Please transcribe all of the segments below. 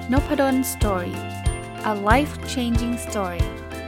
Nopadon Story. A life-changing story.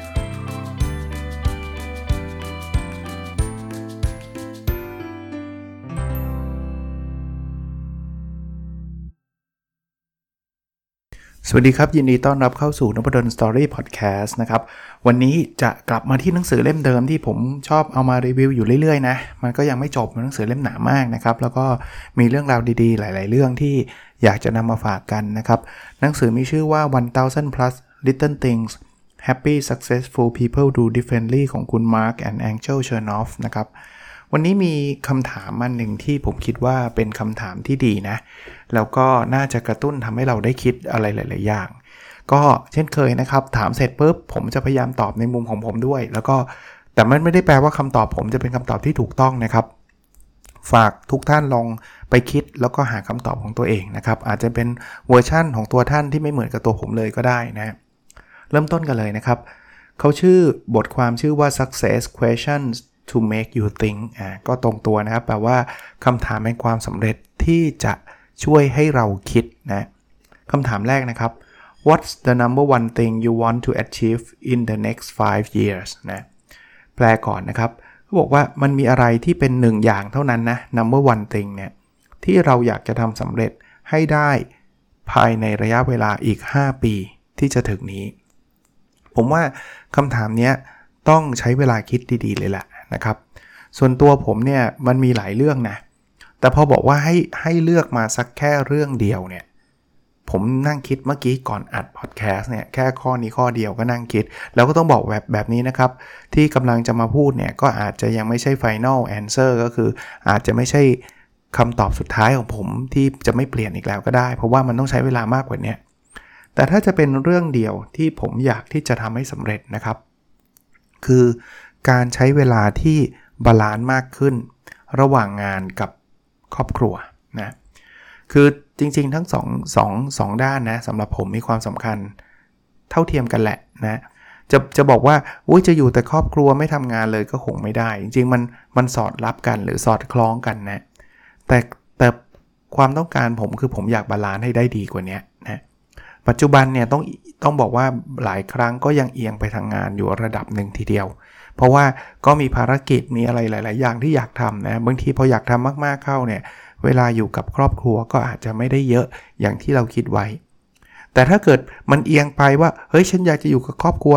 สวัสดีครับยินดีต้อนรับเข้าสู่ Nopadon Story Podcast นะครับวันนี้จะกลับมาที่หนังสือเล่มเดิมที่ผมชอบเอามารีวิวอยู่เรื่อยๆนะมันก็ยังไม่จบหนังสือเล่มหนามากนะครับแล้วก็มีเรื่องราวดีๆหลายๆเรื่องที่อยากจะนำมาฝากกันนะครับหนังสือมีชื่อว่า 1000 plus little things happy successful people do differently ของคุณ Mark and Angel Chernoff นะครับวันนี้มีคำถามอันหนึ่งที่ผมคิดว่าเป็นคำถามที่ดีนะแล้วก็น่าจะกระตุ้นทำให้เราได้คิดอะไรหลายๆอย่างก็เช่นเคยนะครับถามเสร็จปุ๊บผมจะพยายามตอบในมุมของผมด้วยแล้วก็แต่มันไม่ได้แปลว่าคำตอบผมจะเป็นคำตอบที่ถูกต้องนะครับฝากทุกท่านลองไปคิดแล้วก็หาคำตอบของตัวเองนะครับอาจจะเป็นเวอร์ชั่นของตัวท่านที่ไม่เหมือนกับตัวผมเลยก็ได้นะเริ่มต้นกันเลยนะครับเขาชื่อบทความชื่อว่า Success Questions to make you think ก็ตรงตัวนะครับแปลว่าคำถามแห่งความสำเร็จที่จะช่วยให้เราคิดนะคำถามแรกนะครับ What's the number one thing you want to achieve in the next 5 years นะแปลก่อนนะครับเขาบอกว่ามันมีอะไรที่เป็นหนึ่งอย่างเท่านั้นนะ number one thing เนี่ยที่เราอยากจะทำสำเร็จให้ได้ภายในระยะเวลาอีก5ปีที่จะถึงนี้ผมว่าคำถามนี้ต้องใช้เวลาคิดดีๆเลยแหละนะครับส่วนตัวผมเนี่ยมันมีหลายเรื่องนะแต่พอบอกว่าให้เลือกมาสักแค่เรื่องเดียวเนี่ยผมนั่งคิดเมื่อกี้ก่อนอัดพอดแคสต์เนี่ยแค่ข้อนี้ข้อเดียวก็นั่งคิดแล้วก็ต้องบอกแบบนี้นะครับที่กำลังจะมาพูดเนี่ยก็อาจจะยังไม่ใช่ Final Answer ก็คืออาจจะไม่ใช่คำตอบสุดท้ายของผมที่จะไม่เปลี่ยนอีกแล้วก็ได้เพราะว่ามันต้องใช้เวลามากกว่านี้แต่ถ้าจะเป็นเรื่องเดียวที่ผมอยากที่จะทำให้สำเร็จนะครับคือการใช้เวลาที่บาลานซ์มากขึ้นระหว่างงานกับครอบครัวนะคือจริงๆทั้งสองด้านนะสำหรับผมมีความสำคัญเท่าเทียมกันแหละนะจะบอกว่าจะอยู่แต่ครอบครัวไม่ทำงานเลยก็คงไม่ได้จริงๆมันสอดรับกันหรือสอดคล้องกันนะแต่ความต้องการผมคือผมอยากบาลานซ์ให้ได้ดีกว่านี้นะปัจจุบันเนี่ยต้องบอกว่าหลายครั้งก็ยังเอียงไปทางงานอยู่ระดับหนึ่งทีเดียวเพราะว่าก็มีภารกิจมีอะไรหลายๆอย่างที่อยากทำนะบางทีพออยากทำมากๆเข้าเนี่ยเวลาอยู่กับครอบครัวก็อาจจะไม่ได้เยอะอย่างที่เราคิดไว้แต่ถ้าเกิดมันเอียงไปว่าเฮ้ยฉันอยากจะอยู่กับครอบครัว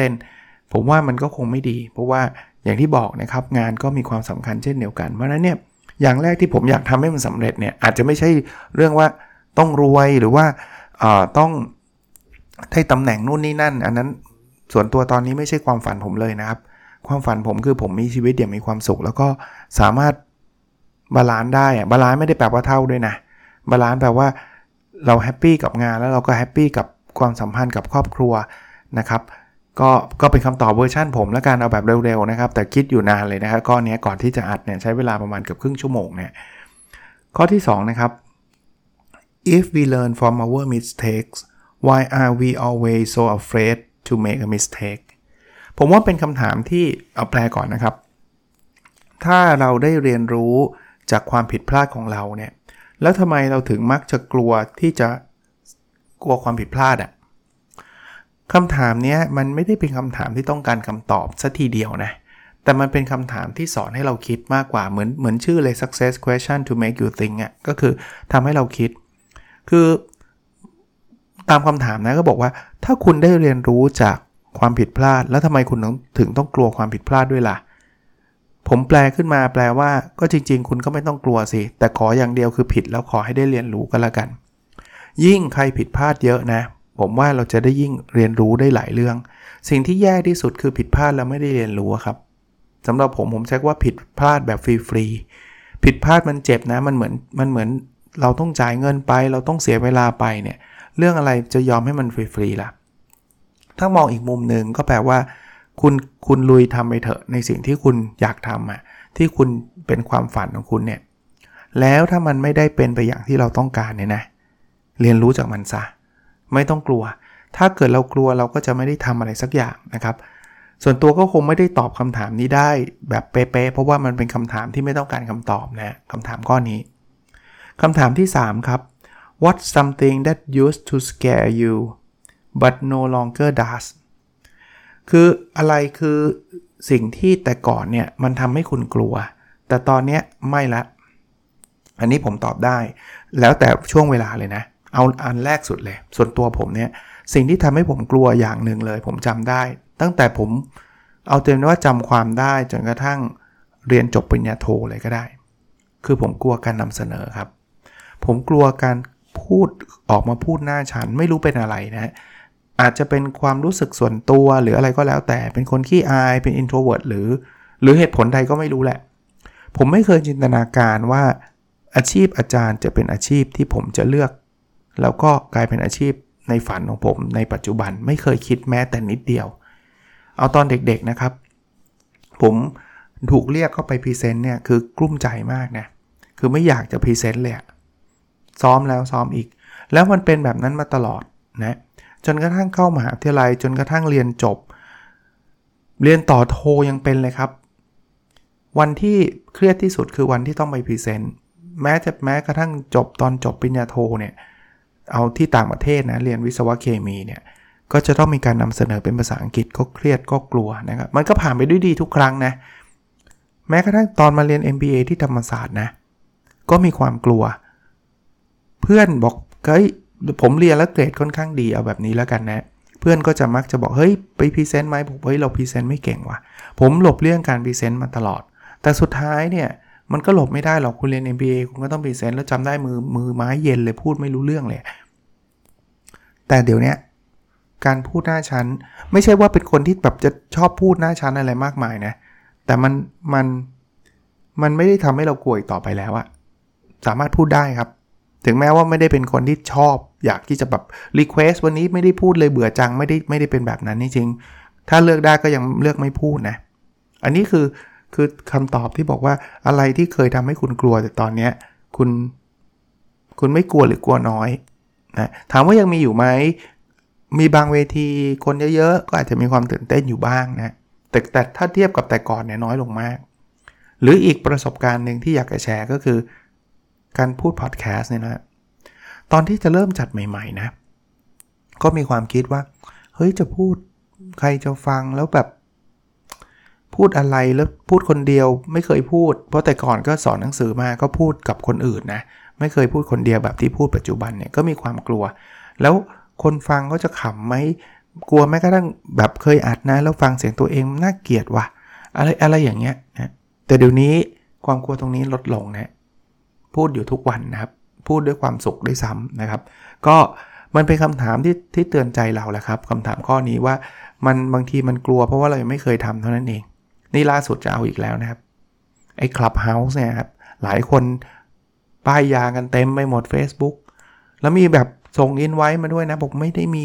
100% ผมว่ามันก็คงไม่ดีเพราะว่าอย่างที่บอกนะครับงานก็มีความสำคัญเช่นเดียวกันเพราะฉะนั้นเนี่ยอย่างแรกที่ผมอยากทำให้มันสำเร็จเนี่ยอาจจะไม่ใช่เรื่องว่าต้องรวยหรือว่าต้องได้ตำแหน่งนู่นนี่นั่นอันนั้นส่วนตัวตอนนี้ไม่ใช่ความฝันผมเลยนะครับความฝันผมคือผมมีชีวิตอย่างมีความสุขแล้วก็สามารถบาลานซ์ได้บาลานซ์ไม่ได้แปลว่าเท่าด้วยนะบาลานซ์แปลว่าเราแฮปปี้กับงานแล้วเราก็แฮปปี้กับความสัมพันธ์กับครอบครัวนะครับก็เป็นคำตอบเวอร์ชันผมแล้วกันเอาแบบเร็วๆนะครับแต่คิดอยู่นานเลยนะครับข้อนี้ก่อนที่จะอัดเนี่ยใช้เวลาประมาณเกือบครึ่งชั่วโมงเนี่ยข้อที่2นะครับ If we learn from our mistakes why are we always so afraid to make a mistake ผมว่าเป็นคำถามที่เอาแปลก่อนนะครับถ้าเราได้เรียนรู้จากความผิดพลาดของเราเนี่ยแล้วทำไมเราถึงมักจะกลัวความผิดพลาดคำถามนี้มันไม่ได้เป็นคำถามที่ต้องการคำตอบซะทีเดียวนะแต่มันเป็นคำถามที่สอนให้เราคิดมากกว่าเหมือนชื่อเลย Success Question to make you think ก็คือทำให้เราคิดคือตามคำถามนะก็บอกว่าถ้าคุณได้เรียนรู้จากความผิดพลาดแล้วทำไมคุณถึงต้องกลัวความผิดพลาดด้วยล่ะผมแปลขึ้นมาแปลว่าก็จริงๆคุณก็ไม่ต้องกลัวสิแต่ขออย่างเดียวคือผิดแล้วขอให้ได้เรียนรู้ก็แล้วกันยิ่งใครผิดพลาดเยอะนะผมว่าเราจะได้ยิ่งเรียนรู้ได้หลายเรื่องสิ่งที่แย่ที่สุดคือผิดพลาดแล้วไม่ได้เรียนรู้ครับสำหรับผมใช้ว่าผิดพลาดแบบฟรีๆผิดพลาดมันเจ็บนะมันเหมือนเราต้องจ่ายเงินไปเราต้องเสียเวลาไปเนี่ยเรื่องอะไรจะยอมให้มันฟรีๆล่ะถ้ามองอีกมุมนึงก็แปลว่าคุณลุยทำไปเถอะในสิ่งที่คุณอยากทำที่คุณเป็นความฝันของคุณเนี่ยแล้วถ้ามันไม่ได้เป็นไปอย่างที่เราต้องการเนี่ยนะเรียนรู้จากมันซะไม่ต้องกลัวถ้าเกิดเรากลัวเราก็จะไม่ได้ทำอะไรสักอย่างนะครับส่วนตัวก็คงไม่ได้ตอบคำถามนี้ได้แบบเป๊ะๆเพราะว่ามันเป็นคำถามที่ไม่ต้องการคำตอบนะคำถามข้อนี้คำถามที่3ครับ What's something that used to scare you but no longer does คืออะไรคือสิ่งที่แต่ก่อนเนี่ยมันทำให้คุณกลัวแต่ตอนนี้ไม่ละอันนี้ผมตอบได้แล้วแต่ช่วงเวลาเลยนะเอาอันแรกสุดเลยส่วนตัวผมเนี่ยสิ่งที่ทำให้ผมกลัวอย่างหนึ่งเลยผมจำได้ตั้งแต่ผมเอาเต็มว่าจำความได้จนกระทั่งเรียนจบปริญญาโทเลยก็ได้คือผมกลัวการนำเสนอครับผมกลัวการพูดออกมาพูดหน้าชั้นไม่รู้เป็นอะไรนะอาจจะเป็นความรู้สึกส่วนตัวหรืออะไรก็แล้วแต่เป็นคนขี้อายเป็น introvert หรือเหตุผลใดก็ไม่รู้แหละผมไม่เคยจินตนาการว่าอาชีพอาจารย์จะเป็นอาชีพที่ผมจะเลือกแล้วก็กลายเป็นอาชีพในฝันของผมในปัจจุบันไม่เคยคิดแม้แต่นิดเดียวเอาตอนเด็กๆนะครับผมถูกเรียกเข้าไปพรีเซนต์เนี่ยคือกลุ้มใจมากนะคือไม่อยากจะพรีเซนต์เลยซ้อมแล้วซ้อมอีกแล้วมันเป็นแบบนั้นมาตลอดนะจนกระทั่งเข้ามหาวิทยาลัยจนกระทั่งเรียนจบเรียนต่อโทยังเป็นเลยครับวันที่เครียดที่สุดคือวันที่ต้องไปพรีเซนต์แม้กระทั่งตอนจบปริญญาโทเนี่ยเอาที่ต่างประเทศนะเรียนวิศวะเคมีเนี่ยก็จะต้องมีการนำเสนอเป็นภาษาอังกฤษก็เครียดก็กลัวนะครับมันก็ผ่านไปด้วยดีทุกครั้งนะแม้กระทั่งตอนมาเรียน MBA ที่ธรรมศาสตร์นะก็มีความกลัวเพื่อนบอกเฮ้ยผมเรียนแล้วเกรดค่อนข้างดีเอาแบบนี้แล้วกันนะเพื่อนก็จะมักจะบอกเฮ้ยไปพรีเซนต์ไหมผมเฮ้ยเราพรีเซนต์ไม่เก่งว่ะผมหลบเลี่ยงการพรีเซนต์มาตลอดแต่สุดท้ายเนี่ยมันก็หลบไม่ได้หรอกคุณเรียน MBA คุณก็ต้องพรีเซนต์แล้วจำได้มือไม้เย็นเลยพูดไม่รู้เรื่องเลยแต่เดี๋ยวนี้การพูดหน้าชั้นไม่ใช่ว่าเป็นคนที่แบบจะชอบพูดหน้าชั้นอะไรมากมายนะแต่มันไม่ได้ทำให้เรากลัวอีกต่อไปแล้วอะสามารถพูดได้ครับถึงแม้ว่าไม่ได้เป็นคนที่ชอบอยากที่จะแบบรีเควสวันนี้ไม่ได้พูดเลยเบื่อจังไม่ได้เป็นแบบนั้นจริงๆถ้าเลือกได้ก็ยังเลือกไม่พูดนะอันนี้คือคำตอบที่บอกว่าอะไรที่เคยทำให้คุณกลัวแต่ตอนนี้คุณไม่กลัวหรือกลัวน้อยนะถามว่ายังมีอยู่ไหมมีบางเวทีคนเยอะๆก็อาจจะมีความตื่นเต้นอยู่บ้างนะแต่ถ้าเทียบกับแต่ก่อนเนี่ยน้อยลงมากหรืออีกประสบการณ์หนึ่งที่อยากจะแชร์ก็คือการพูดพอดแคสต์เนี่ยนะตอนที่จะเริ่มจัดใหม่ๆนะก็มีความคิดว่าเฮ้ยจะพูดใครจะฟังแล้วแบบพูดอะไรแล้วพูดคนเดียวไม่เคยพูดเพราะแต่ก่อนก็สอนหนังสือมาก็พูดกับคนอื่นนะไม่เคยพูดคนเดียวแบบที่พูดปัจจุบันเนี่ยก็มีความกลัวแล้วคนฟังก็จะขำไหมกลัวแม้กระทั่งแบบเคยอัดนะแล้วฟังเสียงตัวเองน่าเกลียดว่ะอะไรอย่างเงี้ยนะแต่เดี๋ยวนี้ความกลัวตรงนี้ลดลงนะพูดอยู่ทุกวันนะครับพูดด้วยความสุขด้วยซ้ำนะครับก็มันเป็นคำถามที่เตือนใจเราแหละครับคำถามข้อนี้ว่ามันบางทีมันกลัวเพราะว่าเรายังไม่เคยทำเท่านั้นเองนี่ล่าสุดจะเอาอีกแล้วนะครับไอ้ Clubhouse เนี่ยครับหลายคนป้ายยากันเต็มไปหมด Facebook แล้วมีแบบส่งอินไว้มาด้วยนะบอกไม่ได้มี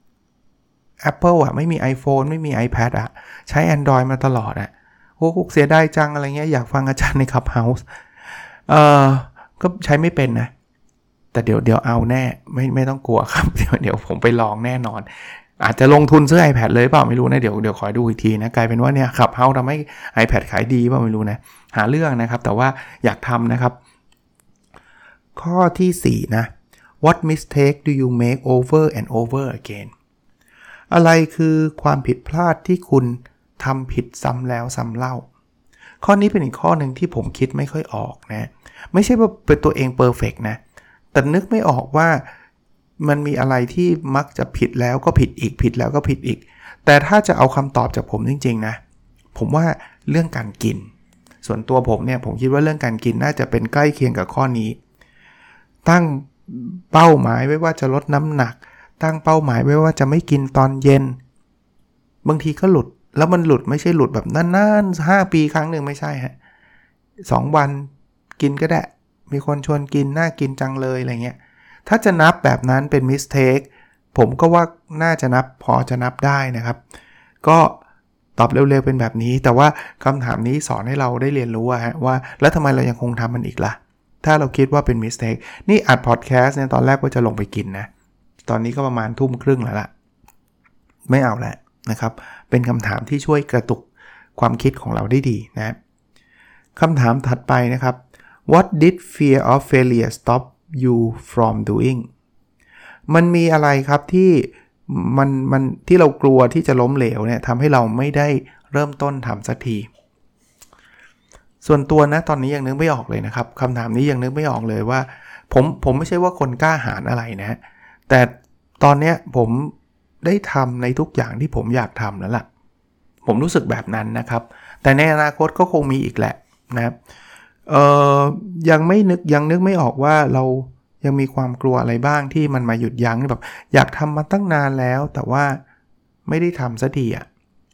Apple อ่ะไม่มี iPhone ไม่มี iPad อ่ะใช้ Android มาตลอดอ่ะโอ้เสียดายจังอะไรเงี้ยอยากฟังอาจารย์ใน Clubhouse ก็ใช้ไม่เป็นนะแต่เดี๋ยวเอาแน่ไม่ต้องกลัวครับเดี๋ยวผมไปลองแน่นอนอาจจะลงทุนซื้อ iPad เลยเปล่าไม่รู้นะเดี๋ยวขอดูอีกทีนะกลายเป็นว่าเนี่ยขับเฮาทำให้ iPad ขายดีเปล่าไม่รู้นะหาเรื่องนะครับแต่ว่าอยากทำนะครับข้อที่4นะ What mistake do you make over and over again อะไรคือความผิดพลาดที่คุณทำผิดซ้ำแล้วซ้ำเล่าข้อนี้เป็นอีกข้อหนึ่งที่ผมคิดไม่ค่อยออกนะไม่ใช่ว่าเป็นตัวเองเพอร์เฟกต์นะแต่นึกไม่ออกว่ามันมีอะไรที่มักจะผิดแล้วก็ผิดอีกผิดแล้วก็ผิดอีกแต่ถ้าจะเอาคำตอบจากผมจริงๆนะผมว่าเรื่องการกินส่วนตัวผมเนี่ยผมคิดว่าเรื่องการกินน่าจะเป็นใกล้เคียงกับข้อนี้ตั้งเป้าหมายไว้ว่าจะลดน้ำหนักตั้งเป้าหมายไว้ว่าจะไม่กินตอนเย็นบางทีก็หลุดแล้วมันหลุดไม่ใช่หลุดแบบนานๆ5 ปีครั้งหนึ่งไม่ใช่ฮะ2 วันกินก็ได้มีคนชวนกินน่ากินจังเลยอะไรเงี้ยถ้าจะนับแบบนั้นเป็น mistake ผมก็ว่าน่าจะนับพอจะนับได้นะครับก็ตอบเร็วๆเป็นแบบนี้แต่ว่าคำถามนี้สอนให้เราได้เรียนรู้ว่าแล้วทำไมเรายังคงทำมันอีกล่ะถ้าเราคิดว่าเป็น mistake นี่อัด podcast เนี่ยตอนแรกว่าจะลงไปกินนะตอนนี้ก็ประมาณ 20:30 แล้วล่ะไม่เอาแล้วนะครับเป็นคำถามที่ช่วยกระตุกความคิดของเราได้ดีนะคำถามถัดไปนะครับWhat did fear of failure stop you from doing มันมีอะไรครับที่มันที่เรากลัวที่จะล้มเหลวเนี่ยทำให้เราไม่ได้เริ่มต้นทำสักทีส่วนตัวนะตอนนี้ยังนึกไม่ออกเลยนะครับคำถามนี้ยังนึกไม่ออกเลยว่าผมไม่ใช่ว่าคนกล้าหาญอะไรนะแต่ตอนเนี้ยผมได้ทำในทุกอย่างที่ผมอยากทำแล้วล่ะผมรู้สึกแบบนั้นนะครับแต่ในอนาคตก็คงมีอีกแหละนะครับยังนึกไม่ออกว่าเรายังมีความกลัวอะไรบ้างที่มันมาหยุดยั้งแบบอยากทำมาตั้งนานแล้วแต่ว่าไม่ได้ทำสักทีอ่ะ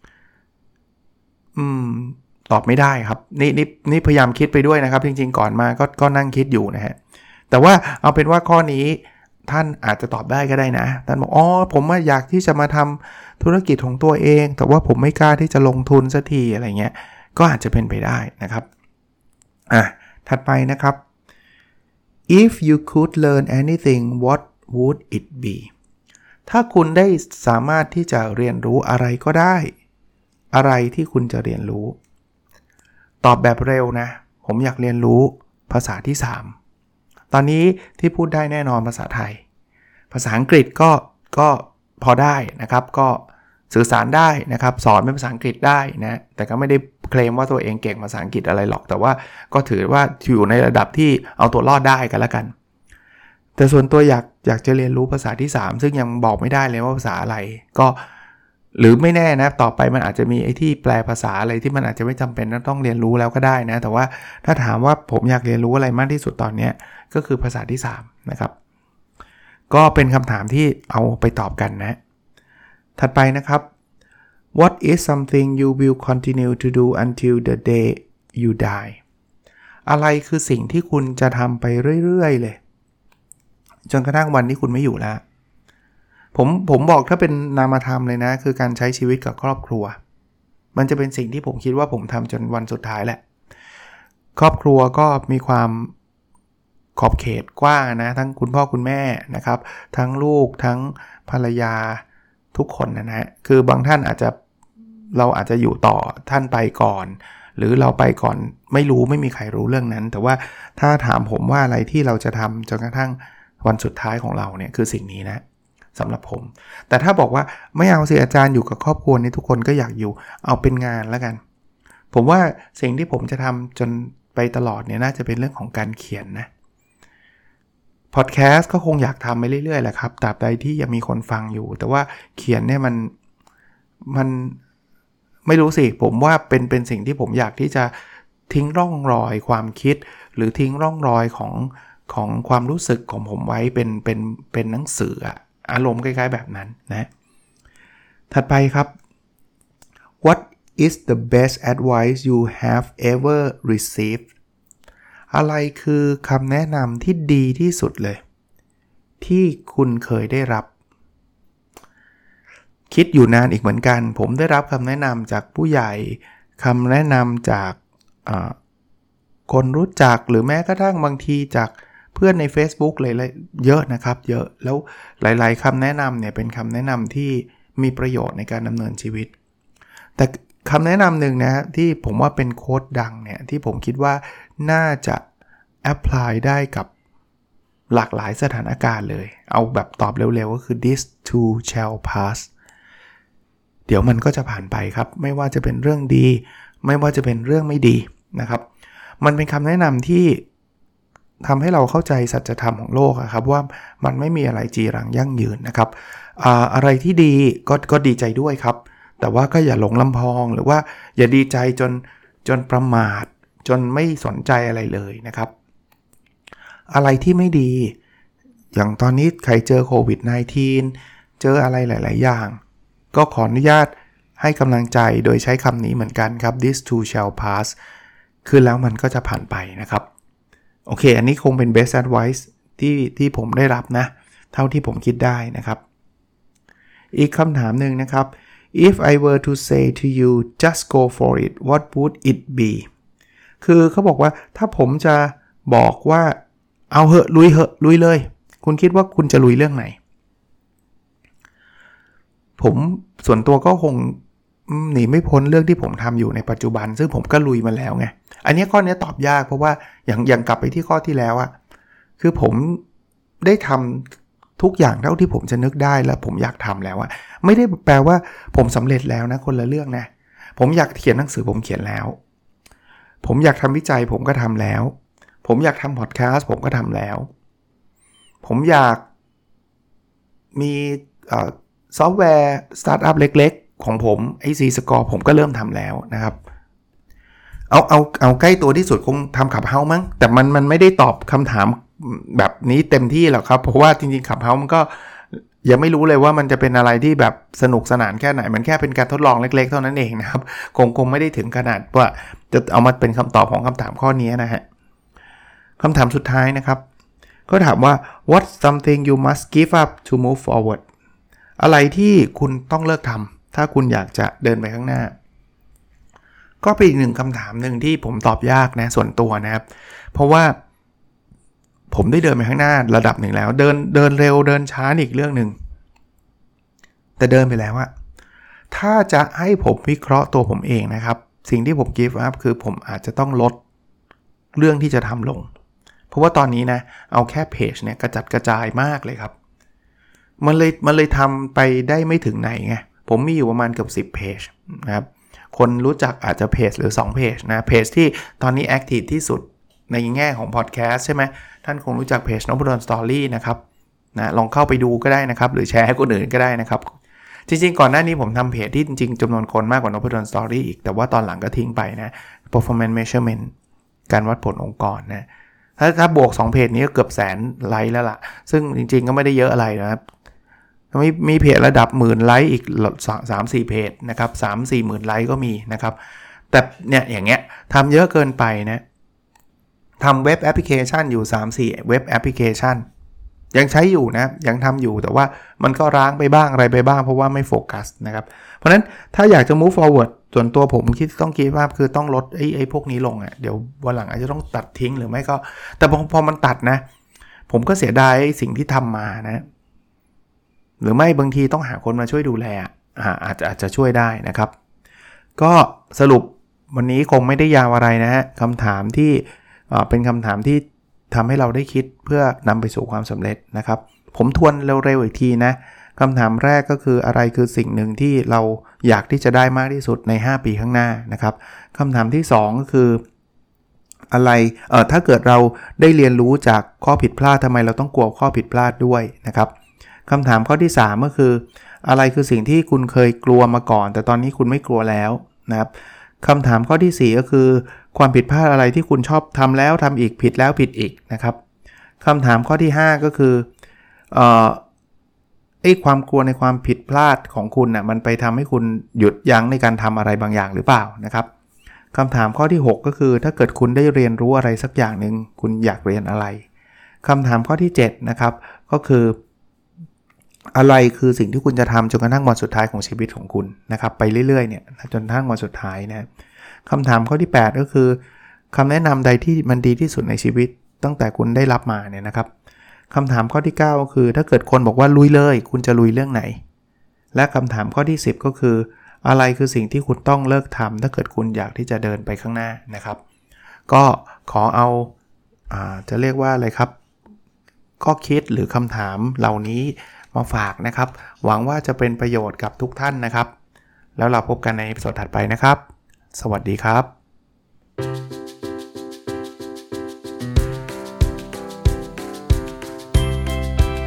ตอบไม่ได้ครับนี่พยายามคิดไปด้วยนะครับจริงๆก่อนมาก็นั่งคิดอยู่นะฮะแต่ว่าเอาเป็นว่าข้อนี้ท่านอาจจะตอบได้ก็ได้นะท่านบอกผมอยากที่จะมาทำธุรกิจของตัวเองแต่ว่าผมไม่กล้าที่จะลงทุนสักทีอะไรเงี้ยก็อาจจะเป็นไปได้นะครับถัดไปนะครับ if you could learn anything what would it be ถ้าคุณได้สามารถที่จะเรียนรู้อะไรก็ได้อะไรที่คุณจะเรียนรู้ตอบแบบเร็วนะผมอยากเรียนรู้ภาษาที่3ตอนนี้ที่พูดได้แน่นอนภาษาไทยภาษาอังกฤษก็พอได้นะครับก็สื่อสารได้นะครับสอนเป็นภาษาอังกฤษได้นะแต่ก็ไม่ได้เคลมว่าตัวเองเก่งภาษาอังกฤษอะไรหรอกแต่ว่าก็ถือว่าอยู่ในระดับที่เอาตัวรอดได้กันละกันแต่ส่วนตัวอยากจะเรียนรู้ภาษาที่3ซึ่งยังบอกไม่ได้เลยว่าภาษาอะไรก็หรือไม่แน่นะต่อไปมันอาจจะมีไอ้ที่แปลภาษาอะไรที่มันอาจจะไม่จำเป็นต้องเรียนรู้แล้วก็ได้นะแต่ว่าถ้าถามว่าผมอยากเรียนรู้อะไรมากที่สุดตอนนี้ก็คือภาษาที่3นะครับก็เป็นคำถามที่เอาไปตอบกันนะถัดไปนะครับ What is something you will continue to do until the day you die อะไรคือสิ่งที่คุณจะทำไปเรื่อยๆเลยจนกระทั่งวันที่คุณไม่อยู่แล้วผมบอกถ้าเป็นนามธรรมเลยนะคือการใช้ชีวิตกับครอบครัวมันจะเป็นสิ่งที่ผมคิดว่าผมทำจนวันสุดท้ายแหละครอบครัวก็มีความขอบเขตกว้างนะทั้งคุณพ่อคุณแม่นะครับทั้งลูกทั้งภรรยาทุกคนนะฮะคือบางท่านเราอาจจะอยู่ต่อท่านไปก่อนหรือเราไปก่อนไม่มีใครรู้เรื่องนั้นแต่ว่าถ้าถามผมว่าอะไรที่เราจะทำจนกระทั่งวันสุดท้ายของเราเนี่ยคือสิ่งนี้นะสำหรับผมแต่ถ้าบอกว่าไม่เอาสิอาจารย์อยู่กับครอบครัวนี่ทุกคนก็อยากอยู่เอาเป็นงานแล้วกันผมว่าสิ่งที่ผมจะทำจนไปตลอดเนี่ยน่าจะเป็นเรื่องของการเขียนนะพอดแคสต์ก็คงอยากทำไปเรื่อยๆแหละครับตราบใดที่ยังมีคนฟังอยู่แต่ว่าเขียนเนี่ยมันไม่รู้สิผมว่าเป็นสิ่งที่ผมอยากที่จะทิ้งร่องรอยความคิดหรือทิ้งร่องรอยของความรู้สึกของผมไว้เป็นหนังสืออารมณ์คล้ายๆแบบนั้นนะถัดไปครับ What is the best advice you have ever received อะไรคือคำแนะนำที่ดีที่สุดเลยที่คุณเคยได้รับคิดอยู่นานอีกเหมือนกันผมได้รับคำแนะนำจากผู้ใหญ่คำแนะนำจากคนรู้จักหรือแม้กระทั่งบางทีจากเพื่อนใน Facebook เลยเยอะนะครับเยอะแล้วหลายๆคำแนะนำเนี่ยเป็นคำแนะนำที่มีประโยชน์ในการดำเนินชีวิตแต่คำแนะนำหนึ่งนะที่ผมว่าเป็นโค้ดดังเนี่ยที่ผมคิดว่าน่าจะแอพพลายได้กับหลากหลายสถานการณ์เลยเอาแบบตอบเร็วๆก็คือ this too shall pass เดี๋ยวมันก็จะผ่านไปครับไม่ว่าจะเป็นเรื่องดีไม่ว่าจะเป็นเรื่องไม่ดีนะครับมันเป็นคำแนะนำที่ทำให้เราเข้าใจสัจธรรมของโลกครับว่ามันไม่มีอะไรจีรังยั่งยืนนะครับอะไรที่ดีก็ดีใจด้วยครับแต่ว่าก็อย่าหลงลำพองหรือว่าอย่าดีใจจนประมาทจนไม่สนใจอะไรเลยนะครับอะไรที่ไม่ดีอย่างตอนนี้ใครเจอโควิด -19 เจออะไรหลายๆอย่างก็ขออนุญาตให้กำลังใจโดยใช้คำนี้เหมือนกันครับ this too shall pass คือแล้วมันก็จะผ่านไปนะครับโอเคอันนี้คงเป็น best advice ที่ผมได้รับนะเท่าที่ผมคิดได้นะครับอีกคำถามหนึ่งนะครับ if I were to say to you just go for it what would it be คือเขาบอกว่าถ้าผมจะบอกว่าเอาเหอะลุยเลยคุณคิดว่าคุณจะลุยเรื่องไหนผมส่วนตัวก็คงหนีไม่พ้นเรื่องที่ผมทำอยู่ในปัจจุบันซึ่งผมก็ลุยมาแล้วไงอันนี้ข้อนี้ตอบยากเพราะว่าอย่างกลับไปที่ข้อที่แล้วคือผมได้ทำทุกอย่างเท่าที่ผมจะนึกได้แล้วผมอยากทำแล้วอะไม่ได้แปลว่าผมสำเร็จแล้วนะคนละเรื่องนะผมอยากเขียนหนังสือผมเขียนแล้วผมอยากทำวิจัยผมก็ทำแล้วผมอยากทำพอดแคสต์ผมก็ทำแล้วผมอยากมีซอฟต์แวร์สตาร์ทอัพเล็กๆของผมIC Score ผมก็เริ่มทำแล้วนะครับเอาใกล้ตัวที่สุดคงทำขับเฮ้ามั้งแต่มันไม่ได้ตอบคำถามแบบนี้เต็มที่หรอกครับเพราะว่าจริงๆขับเฮ้ามันก็ยังไม่รู้เลยว่ามันจะเป็นอะไรที่แบบสนุกสนานแค่ไหนมันแค่เป็นการทดลองเล็กๆเท่านั้นเองนะครับคงไม่ได้ถึงขนาดว่าจะเอามาเป็นคำตอบของคำถามข้อนี้นะฮะคำถามสุดท้ายนะครับก็ถามว่า what's something you must give up to move forward อะไรที่คุณต้องเลิกทำถ้าคุณอยากจะเดินไปข้างหน้าก็เป็นอีกหนึ่งคำถามหนึ่งที่ผมตอบยากนะส่วนตัวนะครับเพราะว่าผมได้เดินไปข้างหน้าระดับหนึ่งแล้วเดินเร็วเดินช้าอีกเรื่องนึงแต่เดินไปแล้วอะถ้าจะให้ผมวิเคราะห์ตัวผมเองนะครับสิ่งที่ผม give up คือผมอาจจะต้องลดเรื่องที่จะทำลงเพราะว่าตอนนี้นะเอาแค่เพจเนี่ยกระจัดกระจายมากเลยครับมันเลยทำไปได้ไม่ถึงไหนไงผมมีอยู่ประมาณเกือบ10เพจนะครับคนรู้จักอาจจะเพจหรือ2เพจนะเพจที่ตอนนี้แอคทีฟที่สุดในแง่ของพอดแคสต์ใช่ไหมท่านคงรู้จักเพจนพดลสตอรี่นะครับนะลองเข้าไปดูก็ได้นะครับหรือแชร์ให้คนอื่นก็ได้นะครับจริงๆก่อนหน้านี้ผมทำเพจที่จริงๆจำนวนคนมากกว่านพดลสตอรี่อีกแต่ว่าตอนหลังก็ทิ้งไปนะ performance measurement การวัดผลองค์กรนะถ้าบวก2เพจนี้ก็เกือบแสนไลค์แล้วล่ะซึ่งจริงๆก็ไม่ได้เยอะอะไรนะครับมีเพจระดับหมื่นไลค์อีก 3-4 เพจนะครับ 3-4 หมื่นไลค์ก็มีนะครับแต่เนี่ยอย่างเงี้ยทำเยอะเกินไปนะทำเว็บแอปพลิเคชันอยู่ 3-4 เว็บแอปพลิเคชันยังใช้อยู่นะยังทำอยู่แต่ว่ามันก็ร้างไปบ้างอะไรไปบ้างเพราะว่าไม่โฟกัสนะครับเพราะฉะนั้นถ้าอยากจะ move forward ส่วนตัวผมคิดต้องคิดว่าคือต้องลดไอ้พวกนี้ลงอ่ะเดี๋ยววันหลังอาจจะต้องตัดทิ้งหรือไม่ก็แต่พอมันตัดนะผมก็เสียดายสิ่งที่ทำมานะหรือไม่บางทีต้องหาคนมาช่วยดูแลอาจจะช่วยได้นะครับก็สรุปวันนี้คงไม่ได้ยาวอะไรนะฮะคำถามที่เป็นคำถามที่ทำให้เราได้คิดเพื่อนำไปสู่ความสำเร็จนะครับผมทวนเร็วๆอีกทีนะคำถามแรกก็คืออะไรคือสิ่งหนึ่งที่เราอยากที่จะได้มากที่สุดใน5ปีข้างหน้านะครับคำถามที่2ก็คืออะไรถ้าเกิดเราได้เรียนรู้จากข้อผิดพลาดทำไมเราต้องกลัวข้อผิดพลาดด้วยนะครับคำถามข้อที่3ก็คืออะไรคือสิ่งที่คุณเคยกลัวมาก่อนแต่ตอนนี้คุณไม่กลัวแล้วนะครับคำถามข้อที่4ก็คือความผิดพลาดอะไรที่คุณชอบทำแล้วทำอีกผิดแล้วผิดอีกนะครับคำถามข้อที่5ก็คือความกลัวในความผิดพลาดของคุณน่ะมันไปทำให้คุณหยุดยั้งในการทำอะไรบางอย่างหรือเปล่านะครับคำถามข้อที่6ก็คือถ้าเกิดคุณได้เรียนรู้อะไรสักอย่างนึงคุณอยากเรียนอะไรคำถามข้อที่7นะครับก็คืออะไรคือสิ่งที่คุณจะทำจนกระทั่งวันสุดท้ายของชีวิตของคุณนะครับไปเรื่อยๆเนี่ยจนกระทั่งวันสุดท้ายนะคำถามข้อที่8ก็คือคำแนะนำใดที่มันดีที่สุดในชีวิตตั้งแต่คุณได้รับมาเนี่ยนะครับคำถามข้อที่9ก็คือถ้าเกิดคนบอกว่าลุยเลยคุณจะลุยเรื่องไหนและคำถามข้อที่10ก็คืออะไรคือสิ่งที่คุณต้องเลิกทำถ้าเกิดคุณอยากที่จะเดินไปข้างหน้านะครับก็ขอเอาจะเรียกว่าอะไรครับข้อคิดหรือคำถามเหล่านี้มาฝากนะครับหวังว่าจะเป็นประโยชน์กับทุกท่านนะครับแล้วเราพบกันในตอนถัดไปนะครับสวัสดีครับ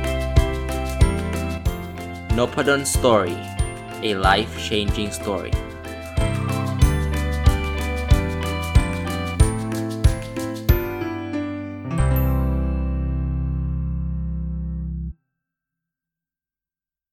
Noppadan Story, a life-changing story.